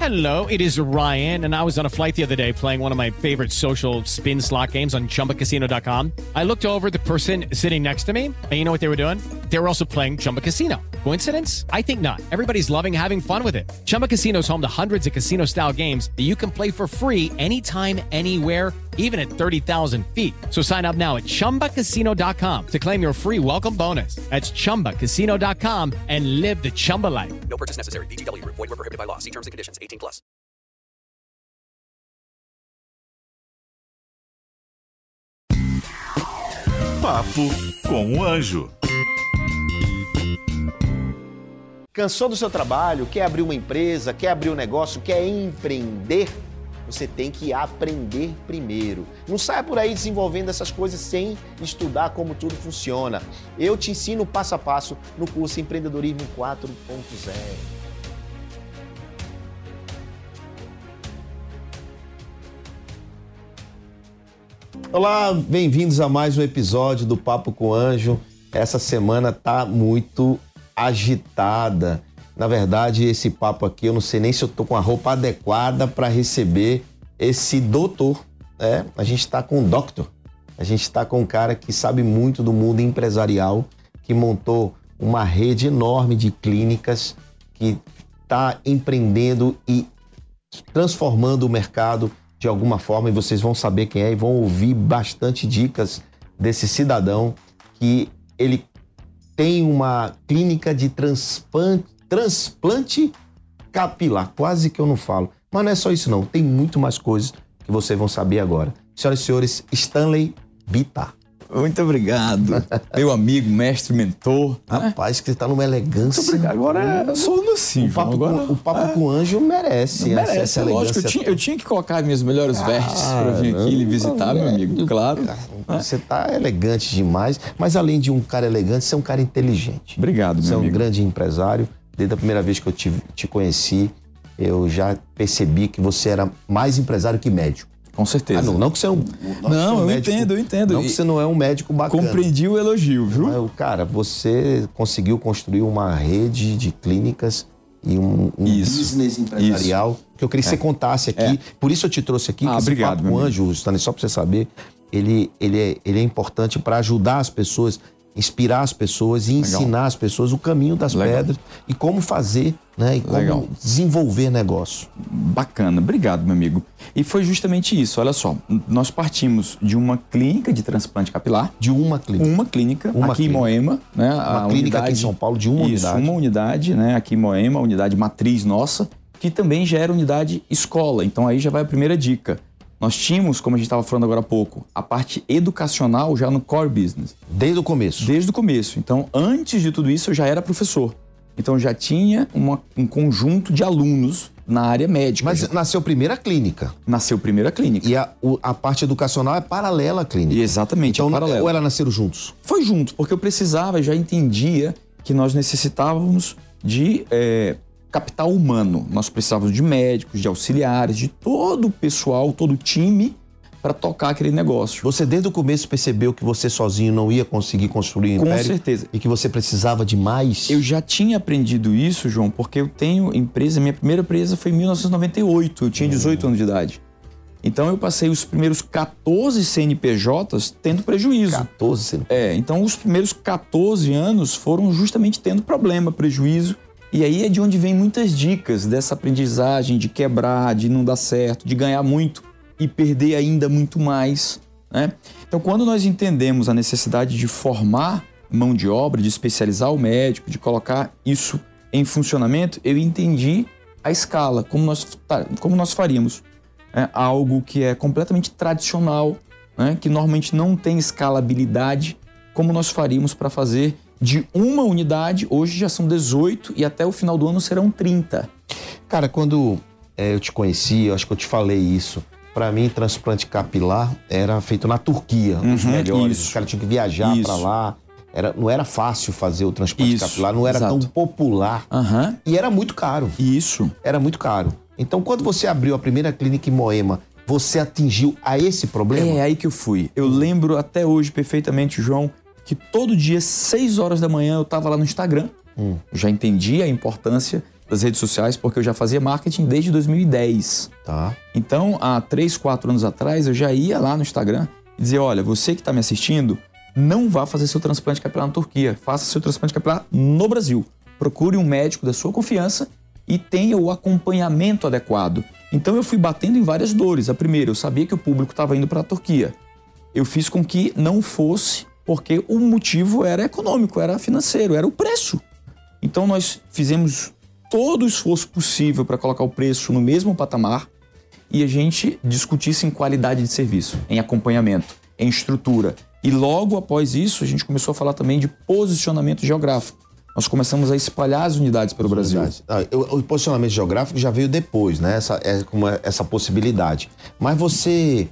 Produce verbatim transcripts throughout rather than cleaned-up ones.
Hello, it is Ryan, and I was on a flight the other day playing one of my favorite social spin slot games on Chumba Casino dot com. I looked over at the person sitting next to me, and you know what they were doing? They were also playing Chumba Casino. Coincidence? I think not. Everybody's loving having fun with it. Chumba Casino is home to hundreds of casino-style games that you can play for free anytime, anywhere, even at thirty thousand feet. So sign up now at Chumba Casino dot com to claim your free welcome bonus. That's Chumba Casino dot com and live the Chumba life. No purchase necessary. V G W. Void where prohibited by law. See terms and conditions. eighteen plus. Papo com o Anjo. Cansou do seu trabalho? Quer abrir uma empresa? Quer abrir um negócio? Quer empreender? Você tem que aprender primeiro. Não saia por aí desenvolvendo essas coisas sem estudar como tudo funciona. Eu te ensino passo a passo no curso Empreendedorismo quatro ponto zero. Olá, bem-vindos a mais um episódio do Papo com o Anjo. Essa semana tá muito agitada. Na verdade, esse papo aqui, eu não sei nem se eu tô com a roupa adequada para receber esse doutor. É, a gente tá com um doctor. A gente tá com um cara que sabe muito do mundo empresarial, que montou uma rede enorme de clínicas, que tá empreendendo e transformando o mercado de alguma forma, e vocês vão saber quem é e vão ouvir bastante dicas desse cidadão, que ele tem uma clínica de transplante, transplante capilar. Quase que eu não falo. Mas não é só isso não, tem muito mais coisas que vocês vão saber agora. Senhoras e senhores, Stanley Bittar. Muito obrigado, meu amigo, mestre, mentor. Rapaz, né? Que você tá numa elegância. Muito obrigado. Agora eu sou assim. O papo, agora, com, o papo é, com o Anjo merece. Merece, essa é lógico. Eu tinha, eu tinha que colocar minhas melhores ah, vestes para vir aqui lhe visitar, meu amigo, claro. Você tá elegante demais, mas além de um cara elegante, você é um cara inteligente. Obrigado, meu você amigo. Você é um grande empresário. Desde a primeira vez que eu te, te conheci, eu já percebi que você era mais empresário que médico. Com certeza. Ah, não, não que você é um... Não, não um eu médico, entendo, eu entendo. Não que você não é um médico bacana. Compreendi o elogio, viu? Mas, cara, você conseguiu construir uma rede de clínicas e um, um business empresarial isso. que eu queria que é. você contasse aqui. É. Por isso eu te trouxe aqui. Ah, que obrigado, esse Papo com Anjo, Stanley, só pra você saber, ele, ele, é, ele é importante para ajudar as pessoas, inspirar as pessoas e Legal. ensinar as pessoas o caminho das Legal. pedras e como fazer, né? E como Legal. desenvolver negócio. Bacana, obrigado, meu amigo. E foi justamente isso, olha só, nós partimos de uma clínica de transplante capilar. De uma clínica. Uma clínica, uma aqui clínica. em Moema. Né, uma a clínica unidade, aqui em São Paulo, de uma isso, unidade. uma unidade, né, aqui em Moema, a unidade matriz nossa, que também já era unidade escola. Então aí já vai a primeira dica. Nós tínhamos, como a gente estava falando agora há pouco, a parte educacional já no core business. Desde o começo? Desde o começo. Então, antes de tudo isso, eu já era professor. Então, já tinha uma, um conjunto de alunos na área médica. Mas já. nasceu primeira clínica? Nasceu primeira clínica. E a, o, a parte educacional é paralela à clínica? E exatamente, então, é paralela. Ou elas nasceram juntos? Foi junto, porque eu precisava, já entendia que nós necessitávamos de... É, capital humano. Nós precisávamos de médicos, de auxiliares, de todo o pessoal, todo o time para tocar aquele negócio. Você desde o começo percebeu que você sozinho não ia conseguir construir um império? Com certeza. E que você precisava de mais? Eu já tinha aprendido isso, João, porque eu tenho empresa, minha primeira empresa foi em mil novecentos e noventa e oito, eu tinha dezoito hum. anos de idade. Então eu passei os primeiros quatorze C N P Js tendo prejuízo. quatorze C N P Js? É, então os primeiros quatorze anos foram justamente tendo problema, prejuízo. E aí é de onde vem muitas dicas dessa aprendizagem de quebrar, de não dar certo, de ganhar muito e perder ainda muito mais, né? Então, quando nós entendemos a necessidade de formar mão de obra, de especializar o médico, de colocar isso em funcionamento, eu entendi a escala, como nós, como nós faríamos. É algo que é completamente tradicional, né? Que normalmente não tem escalabilidade, como nós faríamos para fazer de uma unidade, hoje já são dezoito e até o final do ano serão trinta. Cara, quando é, eu te conheci, eu acho que eu te falei isso, para mim transplante capilar era feito na Turquia, uhum, os melhores, isso. Os caras tinham que viajar para lá, era, não era fácil fazer o transplante isso, capilar, não era exato. tão popular uhum. e era muito caro. Isso. Era muito caro. Então, quando você abriu a primeira clínica em Moema, você atingiu a esse problema? É aí que eu fui. Eu lembro até hoje perfeitamente, João, que todo dia, seis horas da manhã, eu estava lá no Instagram. Hum. Já entendi a importância das redes sociais, porque eu já fazia marketing desde dois mil e dez. Tá. Então, há três, quatro anos atrás, eu já ia lá no Instagram e dizia, olha, você que está me assistindo, não vá fazer seu transplante capilar na Turquia, faça seu transplante capilar no Brasil. Procure um médico da sua confiança e tenha o acompanhamento adequado. Então eu fui batendo em várias dores. A primeira, eu sabia que o público estava indo para a Turquia. Eu fiz com que não fosse, porque o motivo era econômico, era financeiro, era o preço. Então nós fizemos todo o esforço possível para colocar o preço no mesmo patamar e a gente discutisse em qualidade de serviço, em acompanhamento, em estrutura. E logo após isso, a gente começou a falar também de posicionamento geográfico. Nós começamos a espalhar as unidades pelo Brasil. Ah, o, o posicionamento geográfico já veio depois, né? Essa, é, como é, essa possibilidade. Mas você,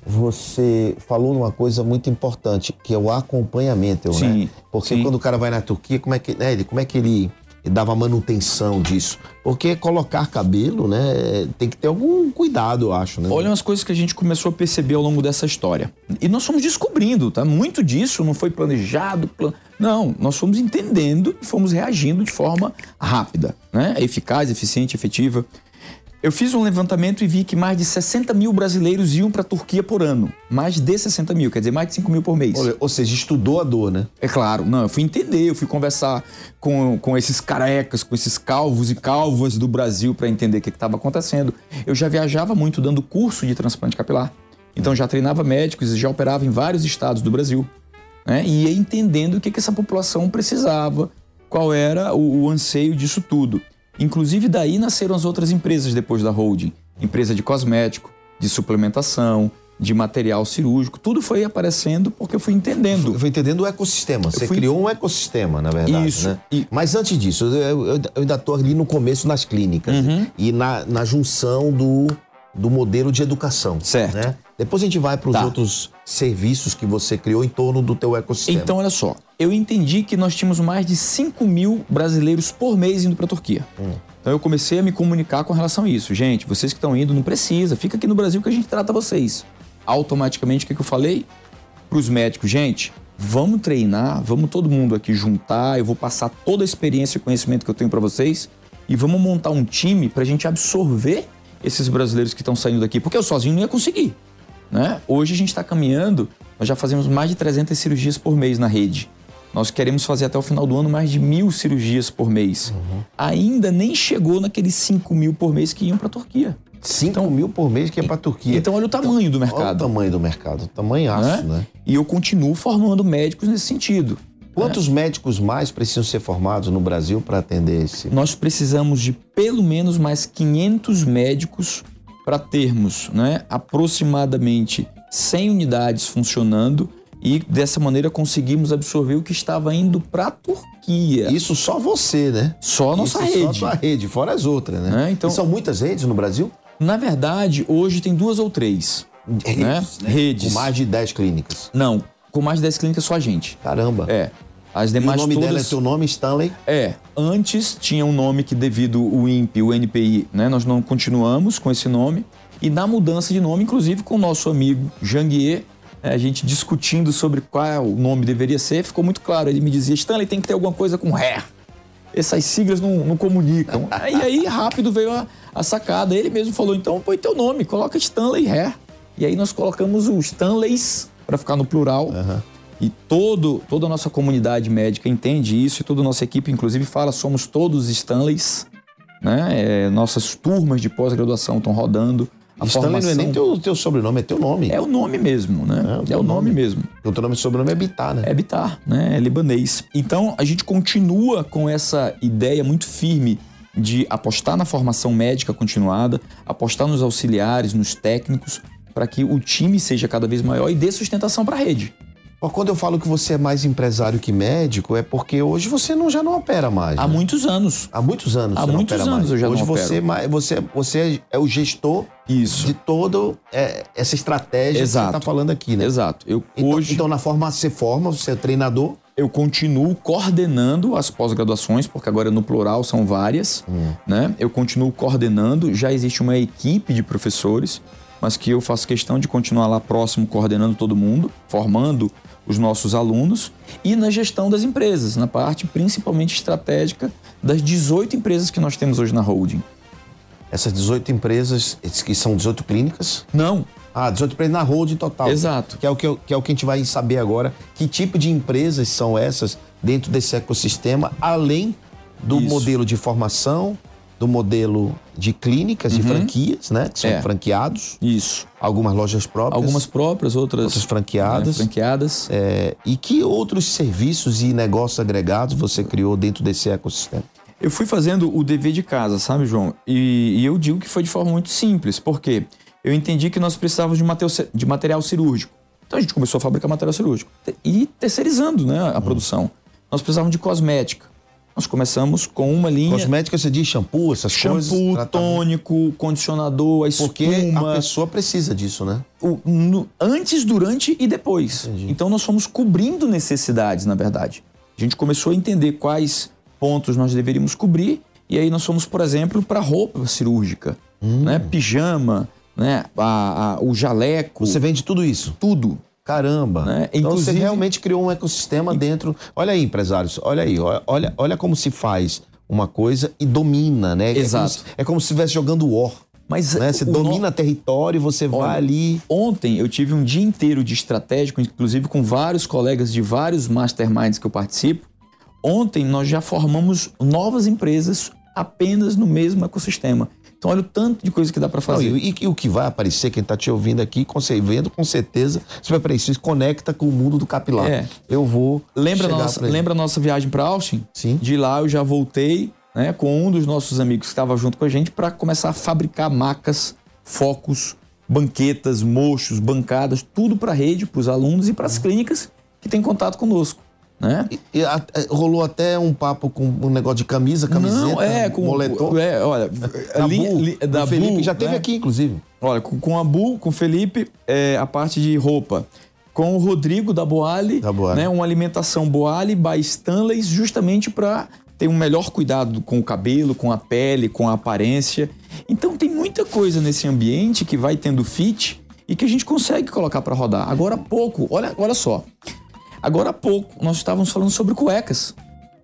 você falou numa coisa muito importante, que é o acompanhamento, sim, né? Porque sim. quando o cara vai na Turquia, como é que, né, ele, como é que ele... e dava manutenção disso. Porque colocar cabelo, né, tem que ter algum cuidado, eu acho, né? Olha umas coisas que a gente começou a perceber ao longo dessa história. E nós fomos descobrindo, tá? Muito disso não foi planejado, plan... não, nós fomos entendendo e fomos reagindo de forma rápida, né? Eficaz, eficiente, efetiva. Eu fiz um levantamento e vi que mais de sessenta mil brasileiros iam para a Turquia por ano. Mais de sessenta mil, quer dizer, mais de cinco mil por mês. Ou, ou seja, estudou a dor, né? É claro, não, eu fui entender, eu fui conversar com, com esses carecas, com esses calvos e calvas do Brasil para entender o que estava acontecendo. Eu já viajava muito dando curso de transplante capilar. Então já treinava médicos e já operava em vários estados do Brasil. Né? E ia entendendo o que, que essa população precisava, qual era o, o anseio disso tudo. Inclusive daí nasceram as outras empresas depois da holding. Empresa de cosmético, de suplementação, de material cirúrgico. Tudo foi aparecendo porque eu fui entendendo. Eu fui entendendo o ecossistema. Você fui... criou um ecossistema, na verdade. Isso. Né? E... Mas antes disso, eu, eu, eu ainda estou ali no começo nas clínicas. Uhum. E na, na junção do, do modelo de educação. Certo. Né? Depois a gente vai para os Tá. outros serviços que você criou em torno do teu ecossistema. Então, olha só. Eu entendi que nós tínhamos mais de cinco mil brasileiros por mês indo para a Turquia. Hum. Então eu comecei a me comunicar com relação a isso. Gente, vocês que estão indo, não precisa. Fica aqui no Brasil que a gente trata vocês. Automaticamente, o que, que eu falei? Para os médicos, gente, vamos treinar, vamos todo mundo aqui juntar, eu vou passar toda a experiência e conhecimento que eu tenho para vocês e vamos montar um time para a gente absorver esses brasileiros que estão saindo daqui, porque eu sozinho não ia conseguir. Né? Hoje a gente está caminhando, nós já fazemos mais de trezentas cirurgias por mês na rede. Nós queremos fazer até o final do ano mais de mil cirurgias por mês. Uhum. Ainda nem chegou naqueles cinco mil por mês que iam para a Turquia. cinco então, mil por mês que ia para a Turquia. Então olha o tamanho do mercado. Olha o tamanho do mercado, tamanhaço, né? né? E eu continuo formando médicos nesse sentido. Quantos né? médicos mais precisam ser formados no Brasil para atender esse? Nós precisamos de pelo menos mais quinhentos médicos para termos, né, aproximadamente cem unidades funcionando e dessa maneira conseguimos absorver o que estava indo para a Turquia. Isso só você, né? Só a nossa Isso rede. Só a tua rede, fora as outras, né? É, então, e são muitas redes no Brasil? Na verdade, hoje tem duas ou três. Redes, né? né? Redes. Com mais de dez clínicas. Não, com mais de dez clínicas só a gente. Caramba. É. As E demais o nome todas... dela é teu nome, Stanley? É. Antes tinha um nome que devido o I N P I, o N P I, né? Nós não continuamos com esse nome. E na mudança de nome, inclusive com o nosso amigo Janguier, a gente discutindo sobre qual o nome deveria ser, ficou muito claro. Ele me dizia, Stanley, tem que ter alguma coisa com hair. Essas siglas não, não comunicam. E aí, rápido veio a, a sacada. Ele mesmo falou, então põe teu nome, coloca Stanley Hair. E aí nós colocamos o Stanleys, para ficar no plural. Uhum. E todo, toda a nossa comunidade médica entende isso, e toda a nossa equipe, inclusive, fala, somos todos Stanleys. Né? É, nossas turmas de pós-graduação estão rodando. A Stanley formação... não é nem teu, teu sobrenome, é teu nome. É o nome mesmo, né? É, é o nome, nome mesmo. O teu nome e sobrenome é Bitar, né? É Bitar, né? É libanês. Então, a gente continua com essa ideia muito firme de apostar na formação médica continuada, apostar nos auxiliares, nos técnicos, para que o time seja cada vez maior e dê sustentação para a rede. Quando eu falo que você é mais empresário que médico, é porque hoje você não, já não opera mais. Há né? muitos anos. Há muitos anos Há você muitos não opera anos mais. eu já hoje não você, opero. você, você é o gestor Isso. de toda é, essa estratégia Exato. que você está falando aqui, né? Exato. Eu, então, hoje, então, na forma você forma, você é treinador. eu continuo coordenando as pós-graduações, porque agora no plural são várias. Hum. Né? Eu continuo coordenando, já existe uma equipe de professores. mas que eu faço questão de continuar lá próximo, coordenando todo mundo, formando os nossos alunos, e na gestão das empresas, na parte principalmente estratégica das dezoito empresas que nós temos hoje na holding. Essas dezoito empresas, que são dezoito clínicas? Não. Ah, dezoito empresas na holding total. Exato. Que é o que, eu, que é o que a gente vai saber agora. Que tipo de empresas são essas dentro desse ecossistema, além do Isso. modelo de formação, do modelo de clínicas, de Uhum. franquias, né? Que são É. franqueados. Isso. Algumas lojas próprias. Algumas próprias, outras, Outras franqueadas. né, franqueadas. É, e que outros serviços e negócios agregados você criou dentro desse ecossistema? Eu fui fazendo o dever de casa, sabe, João? E, e eu digo que foi de forma muito simples, porque eu entendi que nós precisávamos de material, de material cirúrgico. Então a gente começou a fabricar material cirúrgico e terceirizando, né, a hum. produção. Nós precisávamos de cosmética. Nós começamos com uma linha... Cosmética, você diz shampoo, essas shampoo, coisas? Shampoo, tônico, condicionador, a espuma. Porque a pessoa precisa disso, né? O, no, antes, durante e depois. Entendi. Então nós fomos cobrindo necessidades, na verdade. A gente começou a entender quais pontos nós deveríamos cobrir, e aí nós fomos, por exemplo, para roupa cirúrgica, hum. né? Pijama, né? a, a, o jaleco. Você vende tudo isso? Tudo. Caramba. Né? Então Inclusive, você realmente criou um ecossistema dentro... Olha aí, empresários, olha aí, olha, olha como se faz uma coisa e domina, né? Exato. É como se, é como se estivesse jogando War. Mas né? Você domina no... território, você olha, vai ali... Ontem eu tive um dia inteiro de estratégico, inclusive com vários colegas de vários masterminds que eu participo. Ontem nós já formamos novas empresas apenas no mesmo ecossistema. Então olha o tanto de coisa que dá para fazer. Não, e, e o que vai aparecer, quem está te ouvindo aqui, vendo com certeza, você vai para isso, isso conecta com o mundo do capilar. É. Eu vou Lembra a nossa, lembra a nossa viagem para Austin? Sim. De lá eu já voltei, né, com um dos nossos amigos que estava junto com a gente para começar a fabricar macas, focos, banquetas, mochos, bancadas, tudo para a rede, para os alunos e para as clínicas que têm contato conosco. Né? E, e a, rolou até um papo com um negócio de camisa, camiseta, Não, é, com, moletom. É, olha, da ali, Bull, ali, da o Felipe Bull, já teve né? aqui, inclusive. Olha, com, com a Bull, com o Felipe, é, a parte de roupa. Com o Rodrigo da Boali, da Boali. Né, uma alimentação Boali by Stanley, justamente para ter um melhor cuidado com o cabelo, com a pele, com a aparência. Então tem muita coisa nesse ambiente que vai tendo fit e que a gente consegue colocar para rodar. Agora há pouco, olha, olha só. Agora há pouco, nós estávamos falando sobre cuecas.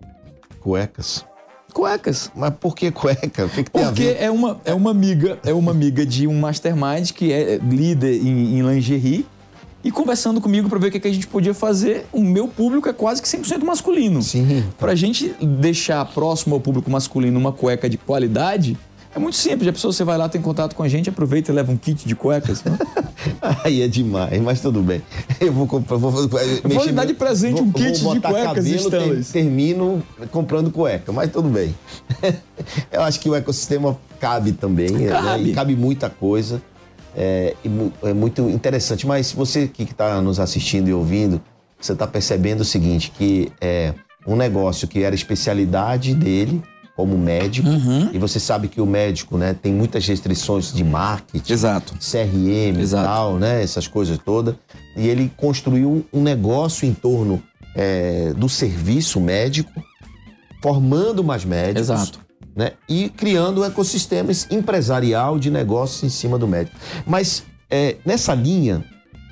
Cuecas? Cuecas. Mas por que cueca? O que, que tem Porque a ver? é uma, é uma amiga, é uma amiga de um mastermind que é líder em, em lingerie e conversando comigo para ver o que, que a gente podia fazer. O meu público é quase que cem por cento masculino. Sim. Pra gente deixar próximo ao público masculino uma cueca de qualidade, é muito simples. A pessoa, você vai lá, tem contato com a gente, aproveita e leva um kit de cuecas. Né? Aí é demais, mas tudo bem. Eu vou comprar. Vou, vou, eu vou lhe dar de presente vou, um kit vou de botar cuecas cabelo, Stanley. ter, termino comprando cueca, mas tudo bem. Eu acho que o ecossistema cabe também. Cabe. Né? E cabe muita coisa. É, é muito interessante. Mas você que está nos assistindo e ouvindo, você está percebendo o seguinte, que é um negócio que era especialidade dele, como médico, uhum. e você sabe que o médico, né, tem muitas restrições de marketing, Exato. C R M Exato. e tal, né, essas coisas todas, e ele construiu um negócio em torno é, do serviço médico, formando mais médicos, Exato. né, e criando um ecossistema empresarial de negócios em cima do médico. Mas é, nessa linha,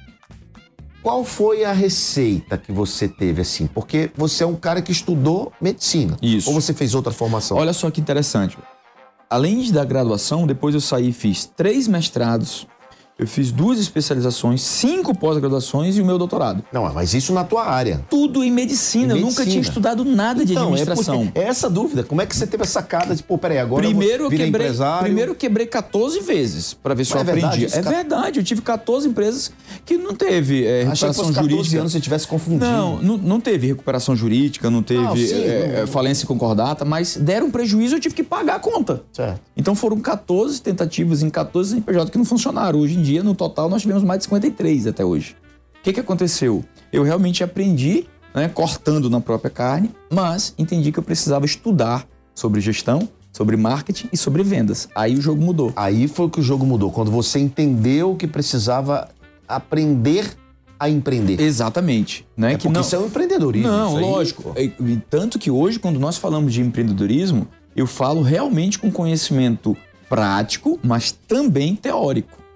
qual foi a receita que você teve, assim? Porque você é um cara que estudou medicina. Isso. Ou você fez outra formação? Olha só que interessante. Além da graduação, depois eu saí e fiz três mestrados, eu fiz duas especializações, cinco pós-graduações e o meu doutorado. Não, mas isso na tua área. Tudo em medicina. Em eu medicina. nunca tinha estudado nada de então, administração. É, é essa dúvida. Como é que você teve a sacada de, pô, peraí, agora primeiro eu vou quebrei, empresário? Primeiro eu quebrei catorze vezes para ver se Mas eu é aprendi. verdade, é verdade, eu tive catorze empresas que não teve é, Achei recuperação que fosse catorze jurídica. anos você tivesse confundido. Não, não, não teve recuperação jurídica, não teve Não, sim, é, não. falência concordata, mas deram prejuízo, eu tive que pagar a conta. Certo. Então foram catorze tentativas em catorze C N P J que não funcionaram. Hoje em dia, no total, nós tivemos mais de cinquenta e três até hoje. O que, que aconteceu? Eu realmente aprendi, né, cortando na própria carne, mas entendi que eu precisava estudar sobre gestão, sobre marketing e sobre vendas. Aí o jogo mudou. Aí foi que o jogo mudou, quando você entendeu que precisava aprender a empreender. Exatamente. Né? É que porque não... isso é um empreendedorismo. Não, isso aí, lógico. E, e tanto que hoje, quando nós falamos de empreendedorismo, eu falo realmente com conhecimento prático, mas também teórico.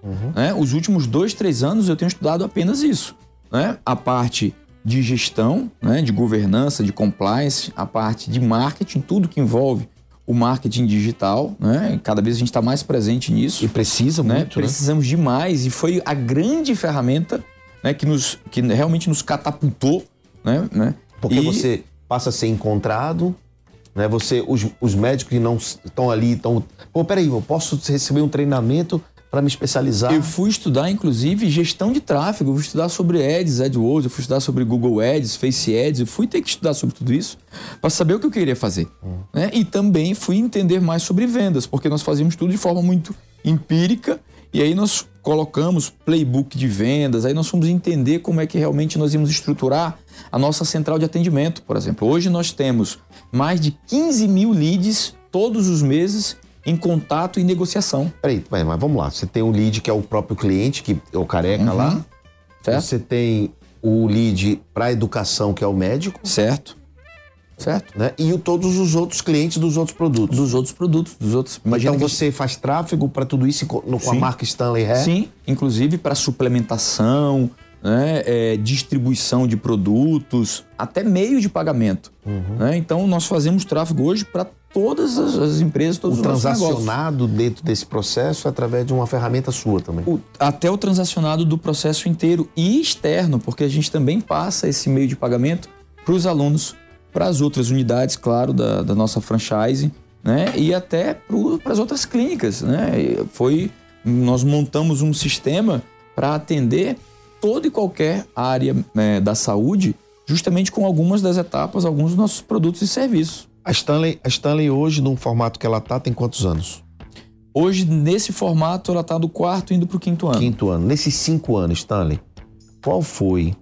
Uhum. Né? Os últimos dois, três anos eu tenho estudado apenas isso. Né? A parte de gestão, né? De governança, de compliance, a parte de marketing, tudo que envolve o marketing digital. Né? Cada vez a gente está mais presente nisso. E precisa né? muito, Precisamos né? demais. E foi a grande ferramenta, né? que, nos, que realmente nos catapultou. Né? Né? Porque e... você passa a ser encontrado... Né? Você, os, os médicos que não estão ali, estão... Pô, peraí, eu posso receber um treinamento para me especializar? Eu fui estudar, inclusive, gestão de tráfego. Eu fui estudar sobre Ads, AdWords, eu fui estudar sobre Google Ads, Face Ads. Eu fui ter que estudar sobre tudo isso para saber o que eu queria fazer. Hum. Né? E também fui entender mais sobre vendas, porque nós fazíamos tudo de forma muito empírica. E aí nós colocamos playbook de vendas, aí nós fomos entender como é que realmente nós íamos estruturar a nossa central de atendimento, por exemplo. Hoje nós temos mais de quinze mil leads todos os meses em contato e negociação. Peraí, mas vamos lá. Você tem o lead que é o próprio cliente, que é o careca uhum. lá. Certo. Você tem o lead para educação, que é o médico. Certo. Certo. Né? E o, todos os outros clientes dos outros produtos. Dos outros produtos, dos outros... Imagina então você gente... faz tráfego para tudo isso no, com a marca Stanley Hair? Sim, inclusive para suplementação, né? é, distribuição de produtos, até meio de pagamento. Uhum. Né? Então nós fazemos tráfego hoje para todas as, as empresas, todos o os nossos negócios. O transacionado dentro desse processo é através de uma ferramenta sua também? O, até o transacionado do processo inteiro e externo, porque a gente também passa esse meio de pagamento para os alunos, para as outras unidades, claro, da, da nossa franchise, né? E até para as outras clínicas. Né? Foi, nós montamos um sistema para atender toda e qualquer área é, da saúde, justamente com algumas das etapas, alguns dos nossos produtos e serviços. A Stanley, a Stanley hoje, no formato que ela está, tem quantos anos? Hoje, nesse formato, ela está do quarto indo para o quinto ano. Quinto ano. Nesses cinco anos, Stanley, qual foi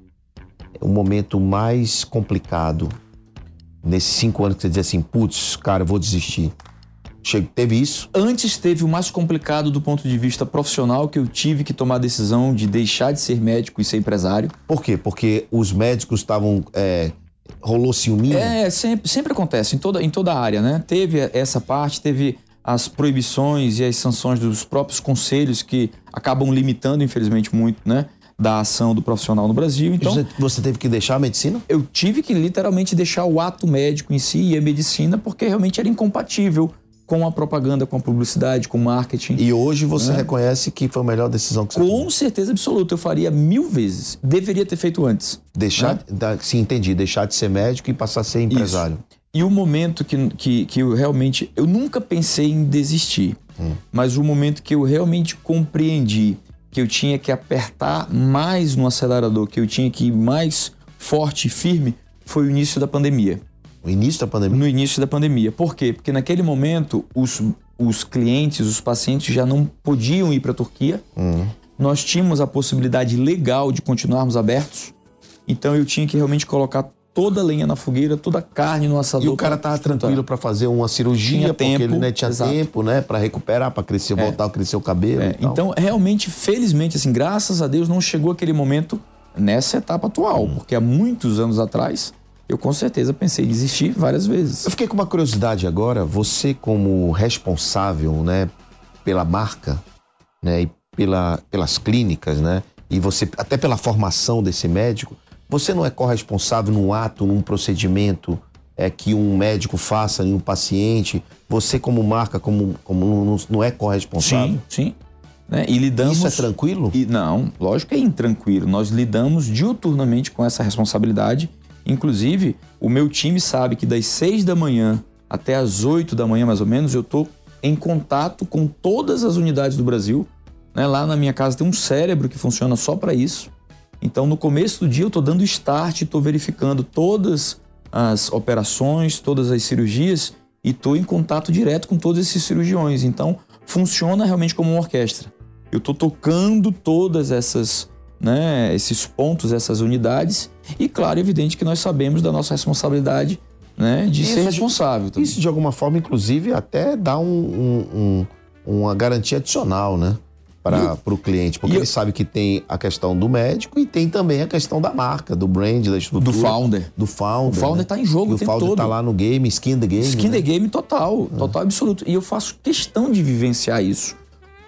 o momento mais complicado nesses cinco anos que você dizia assim, putz, cara, eu vou desistir? Chega, teve isso? Antes teve o mais complicado do ponto de vista profissional, que eu tive que tomar a decisão de deixar de ser médico e ser empresário. Por quê? Porque os médicos estavam... É, rolou ciúminho? É, sempre, sempre acontece, em toda, em toda a área, né? Teve essa parte, teve as proibições e as sanções dos próprios conselhos que acabam limitando, infelizmente, muito, né? Da ação do profissional no Brasil. Então, você, você teve que deixar a medicina? Eu tive que literalmente deixar o ato médico em si e a medicina, porque realmente era incompatível com a propaganda, com a publicidade, com o marketing. E hoje você né? reconhece que foi a melhor decisão que você tomou? Com certeza absoluta, eu faria mil vezes. Deveria ter feito antes. Deixar, né? da, sim, entendi, deixar de ser médico e passar a ser empresário. Isso. E o momento que, que, que eu realmente, eu nunca pensei em desistir, hum. mas o momento que eu realmente compreendi que eu tinha que apertar mais no acelerador, que eu tinha que ir mais forte e firme, foi o início da pandemia. O início da pandemia? No início da pandemia. Por quê? Porque naquele momento os, os clientes, os pacientes já não podiam ir para a Turquia. Uhum. Nós tínhamos a possibilidade legal de continuarmos abertos. Então eu tinha que realmente colocar toda a lenha na fogueira, toda a carne no assador. E o cara estava tranquilo para fazer uma cirurgia, tinha porque tempo, ele né, tinha exato. tempo, né, para recuperar, para crescer, é. voltar a crescer o cabelo. É. E tal. Então, realmente, felizmente, assim, graças a Deus, não chegou aquele momento nessa etapa atual, hum. porque há muitos anos atrás eu com certeza pensei em desistir várias vezes. Eu fiquei com uma curiosidade agora, você como responsável, né, pela marca, né, e pela, pelas clínicas, né, e você até pela formação desse médico, você não é corresponsável num ato, num procedimento é, que um médico faça em um paciente? Você como marca, como, como não, não é corresponsável? Sim, sim. Né? E lidamos... Isso é tranquilo? E, não, lógico que é intranquilo. Nós lidamos diuturnamente com essa responsabilidade. Inclusive, o meu time sabe que das seis da manhã até as oito da manhã, mais ou menos, eu estou em contato com todas as unidades do Brasil. Né? Lá na minha casa tem um cérebro que funciona só para isso. Então, no começo do dia, eu estou dando start, estou verificando todas as operações, todas as cirurgias e estou em contato direto com todos esses cirurgiões. Então, funciona realmente como uma orquestra. Eu estou tocando todas essas, né, esses pontos, essas unidades e, claro, é evidente que nós sabemos da nossa responsabilidade, né, de isso ser responsável. De, isso, de alguma forma, inclusive, até dá um, um, um, uma garantia adicional, né? Para o cliente, porque ele eu, sabe que tem a questão do médico e tem também a questão da marca, do brand, da estrutura. Do founder. Do founder. O founder está né? em jogo e o tempo todo. O founder está lá no game, skin the game. Skin né? the game total, total ah. absoluto. E eu faço questão de vivenciar isso.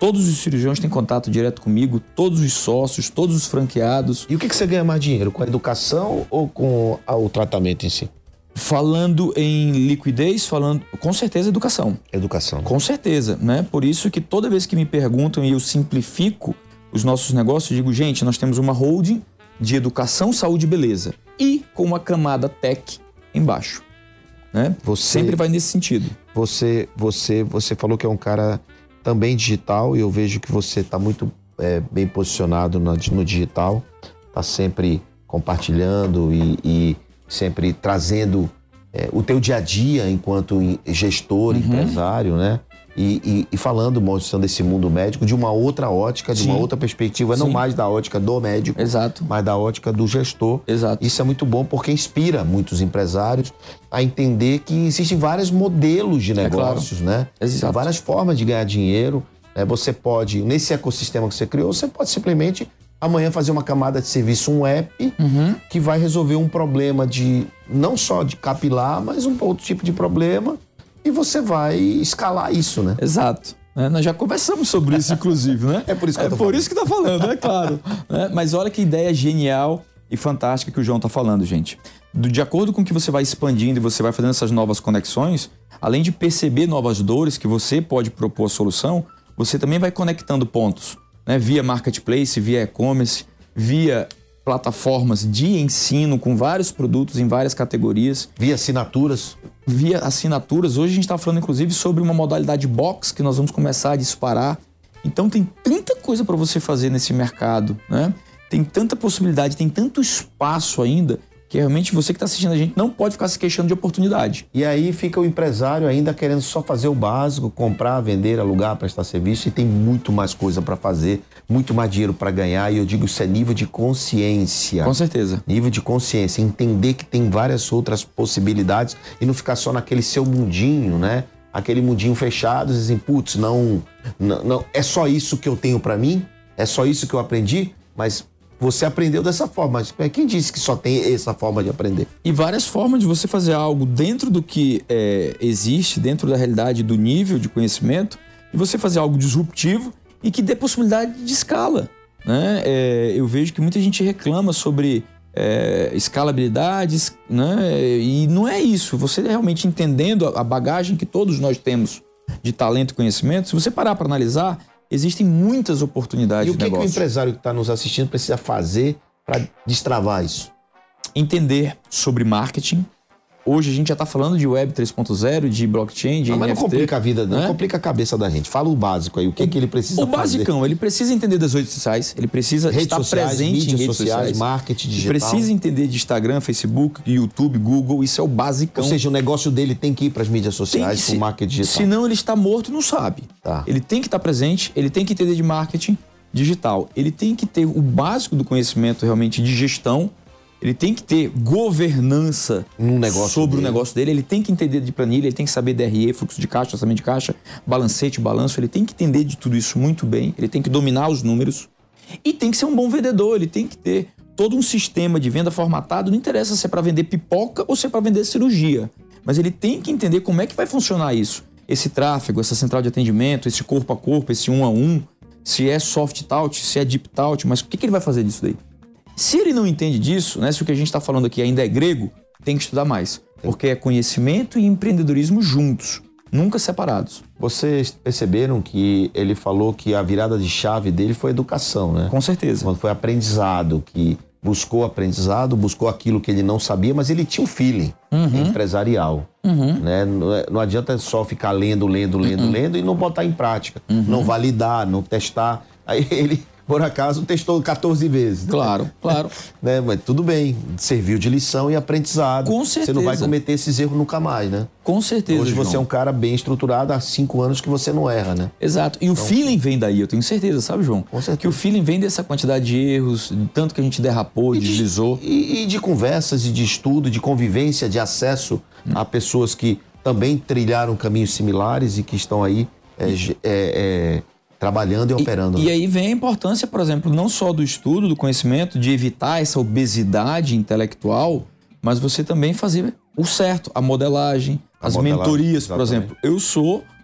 Todos os cirurgiões têm contato direto comigo, todos os sócios, todos os franqueados. E o que, que você ganha mais dinheiro? Com a educação ou com a, o tratamento em si? Falando em liquidez, falando com certeza educação. Educação. Com certeza, né? Por isso que toda vez que me perguntam e eu simplifico os nossos negócios, eu digo, gente, nós temos uma holding de educação, saúde e beleza. E com uma camada tech embaixo. Né? Você, Sempre vai nesse sentido. Você, você, você falou que é um cara também digital e eu vejo que você está muito é, bem posicionado no, no digital, está sempre compartilhando e, e sempre trazendo é, o teu dia a dia enquanto gestor, uhum. empresário, né? E, e, e falando, mostrando esse mundo médico de uma outra ótica, de Sim. uma outra perspectiva, Sim. não mais da ótica do médico, Exato. mas da ótica do gestor. Exato. Isso é muito bom porque inspira muitos empresários a entender que existem vários modelos de negócios, é claro. né? Exato. Várias formas de ganhar dinheiro. Né? Você pode, nesse ecossistema que você criou, você pode simplesmente amanhã fazer uma camada de serviço, um app, uhum. que vai resolver um problema de, não só de capilar, mas um outro tipo de problema. E você vai escalar isso, né? Exato. É, nós já conversamos sobre isso, inclusive, né? É por isso que é eu tô por falando. isso que tá falando, é claro. É, mas olha que ideia genial e fantástica que o João tá falando, gente. Do, de acordo com que você vai expandindo e você vai fazendo essas novas conexões, além de perceber novas dores que você pode propor a solução, você também vai conectando pontos, né? Via marketplace, via e-commerce, via plataformas de ensino com vários produtos em várias categorias. Via assinaturas. Via assinaturas. Hoje a gente está falando, inclusive, sobre uma modalidade box que nós vamos começar a disparar. Então tem tanta coisa para você fazer nesse mercado, né? Tem tanta possibilidade, tem tanto espaço ainda, que realmente você que está assistindo a gente não pode ficar se queixando de oportunidade. E aí fica o empresário ainda querendo só fazer o básico, comprar, vender, alugar, prestar serviço, e tem muito mais coisa para fazer, muito mais dinheiro para ganhar, e eu digo isso é nível de consciência. Com certeza. Nível de consciência, entender que tem várias outras possibilidades e não ficar só naquele seu mundinho, né? Aquele mundinho fechado, e dizem, putz, não, não, não, é só isso que eu tenho para mim? É só isso que eu aprendi? Mas você aprendeu dessa forma, mas quem disse que só tem essa forma de aprender? E várias formas de você fazer algo dentro do que é, existe, dentro da realidade do nível de conhecimento, e você fazer algo disruptivo e que dê possibilidade de escala. Né? É, eu vejo que muita gente reclama sobre é, escalabilidades, né? E não é isso. Você realmente entendendo a bagagem que todos nós temos de talento e conhecimento, se você parar para analisar, existem muitas oportunidades de negócio. E o que, que o empresário que está nos assistindo precisa fazer para destravar isso? Entender sobre marketing. Hoje a gente já está falando de Web três ponto zero, de blockchain, de não, N F T. Mas não complica a vida, não né? complica a cabeça da gente. Fala o básico aí, o que, o, que ele precisa o fazer. O basicão, ele precisa entender das redes sociais, ele precisa redes estar sociais, presente mídias em redes sociais, sociais, marketing digital. Ele precisa entender de Instagram, Facebook, YouTube, Google, isso é o basicão. Ou seja, o negócio dele tem que ir para as mídias sociais, para o marketing digital. Senão ele está morto e não sabe. Tá. Ele tem que estar presente, ele tem que entender de marketing digital, ele tem que ter o básico do conhecimento realmente de gestão, ele tem que ter governança um negócio sobre dele. o negócio dele, ele tem que entender de planilha, ele tem que saber D R E, fluxo de caixa, orçamento de caixa, balancete, balanço, ele tem que entender de tudo isso muito bem, ele tem que dominar os números e tem que ser um bom vendedor, ele tem que ter todo um sistema de venda formatado, não interessa se é para vender pipoca ou se é para vender cirurgia, mas ele tem que entender como é que vai funcionar isso, esse tráfego, essa central de atendimento, esse corpo a corpo, esse um a um, se é soft touch, se é deep touch, mas o que, que ele vai fazer disso daí? Se ele não entende disso, né, se o que a gente está falando aqui ainda é grego, tem que estudar mais. Porque é conhecimento e empreendedorismo juntos, nunca separados. Vocês perceberam que ele falou que a virada de chave dele foi educação, né? Com certeza. Quando foi aprendizado, que buscou aprendizado, buscou aquilo que ele não sabia, mas ele tinha um feeling uhum. empresarial. Uhum. Né? Não, é, não adianta só ficar lendo, lendo, lendo, uhum. lendo e não botar em prática. Uhum. Não validar, não testar. Aí ele... Por acaso, testou quatorze vezes. Claro, claro. Né? Mas tudo bem, serviu de lição e aprendizado. Com certeza. Você não vai cometer esses erros nunca mais, né? Com certeza, Hoje João. você é um cara bem estruturado, há cinco anos que você não erra, né? Exato. E o então, feeling vem daí, eu tenho certeza, sabe, João? Com certeza. Que o feeling vem dessa quantidade de erros, de tanto que a gente derrapou, e de, deslizou. E, e de conversas, e de estudo, de convivência, de acesso hum. a pessoas que também trilharam caminhos similares e que estão aí... É, é, é, trabalhando e operando. E, e aí vem a importância, por exemplo, não só do estudo, do conhecimento, de evitar essa obesidade intelectual, mas você também fazer o certo, a modelagem, a as modelagem, mentorias, exatamente. Por exemplo. Eu sou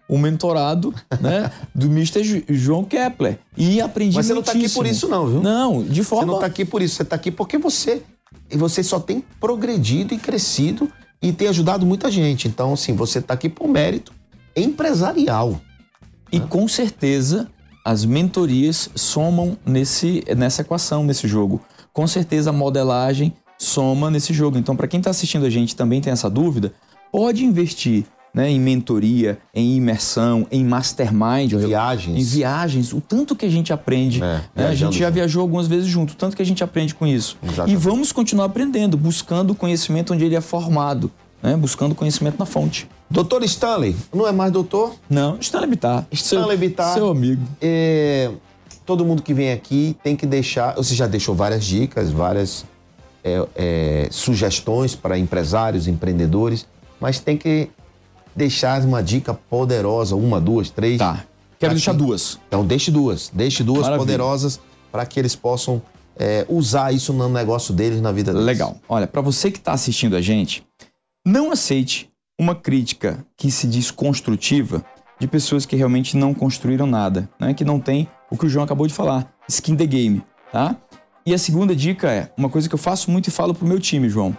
o mentorado, né, do mister João Kepler. E aprendi Mas você não tá aqui muitíssimo. por isso não, viu? Não, de forma... Você não tá aqui por isso, você tá aqui porque você, você só tem progredido e crescido e tem ajudado muita gente. Então, assim, você tá aqui por mérito empresarial. E com certeza as mentorias somam nesse, nessa equação, nesse jogo. Com certeza a modelagem soma nesse jogo. Então, para quem está assistindo a gente também tem essa dúvida, pode investir, né, em mentoria, em imersão, em mastermind. Em viagens. Em viagens. O tanto que a gente aprende. É, né? A gente já junto. viajou algumas vezes junto. O tanto que a gente aprende com isso. Exatamente. E vamos continuar aprendendo, buscando conhecimento onde ele é formado. Né? Buscando conhecimento na fonte. Doutor Stanley, não é mais doutor? Não, Stanley Bittar. Stanley Bittar. Seu amigo. É, todo mundo que vem aqui tem que deixar... Você já deixou várias dicas, várias é, é, sugestões para empresários, empreendedores, mas tem que deixar uma dica poderosa, uma, duas, três. Tá. Quero Aqui. deixar duas. Então deixe duas, deixe duas Maravilha. poderosas para que eles possam é, usar isso no negócio deles, na vida deles. Legal. Olha, para você que está assistindo a gente, não aceite uma crítica que se diz construtiva de pessoas que realmente não construíram nada, né? Que não tem o que o João acabou de falar, skin the game, tá? E a segunda dica é uma coisa que eu faço muito e falo pro meu time, João.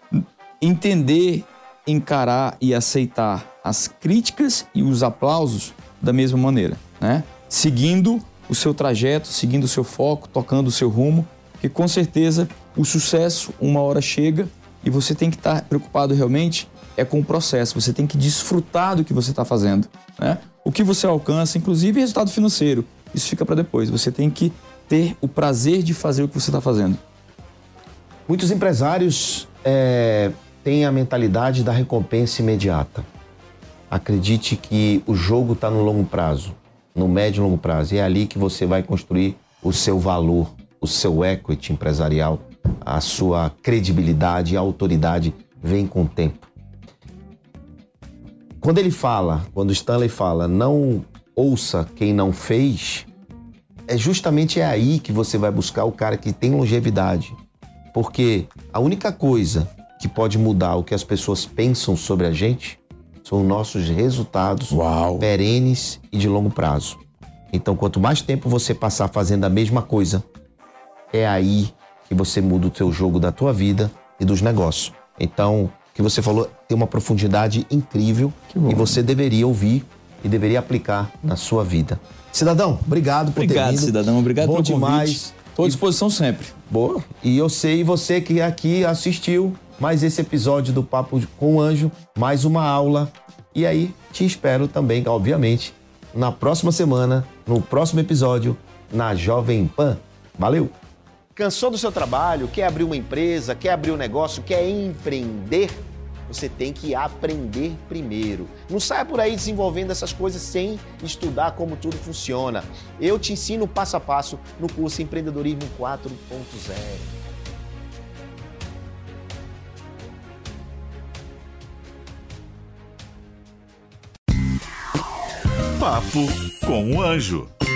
Entender, encarar e aceitar as críticas e os aplausos da mesma maneira, né? Seguindo o seu trajeto, seguindo o seu foco, tocando o seu rumo, que com certeza o sucesso uma hora chega e você tem que estar preocupado realmente é com o processo. Você tem que desfrutar do que você está fazendo, né? O que você alcança, inclusive resultado financeiro, isso fica para depois. Você tem que ter o prazer de fazer o que você está fazendo. Muitos empresários é, têm a mentalidade da recompensa imediata. Acredite que o jogo está no longo prazo, no médio e longo prazo. E é ali que você vai construir o seu valor, o seu equity empresarial, a sua credibilidade e a autoridade vem com o tempo. Quando ele fala, quando Stanley fala, não ouça quem não fez, é justamente é aí que você vai buscar o cara que tem longevidade. Porque a única coisa que pode mudar o que as pessoas pensam sobre a gente são nossos resultados Uau. perenes e de longo prazo. Então, quanto mais tempo você passar fazendo a mesma coisa, é aí que você muda o seu jogo da tua vida e dos negócios. Então, o que você falou tem uma profundidade incrível e você deveria ouvir e deveria aplicar na sua vida. Cidadão, obrigado por Obrigado, ter vindo. cidadão. Obrigado Bom pelo demais. convite. Estou à disposição sempre. Boa. E eu sei, você que aqui assistiu mais esse episódio do Papo com o Anjo, mais uma aula. E aí, te espero também, obviamente, na próxima semana, no próximo episódio, na Jovem Pan. Valeu! Cansou do seu trabalho? Quer abrir uma empresa? Quer abrir um negócio? Quer empreender? Você tem que aprender primeiro. Não saia por aí desenvolvendo essas coisas sem estudar como tudo funciona. Eu te ensino passo a passo no curso Empreendedorismo quatro ponto zero. Papo com o Anjo.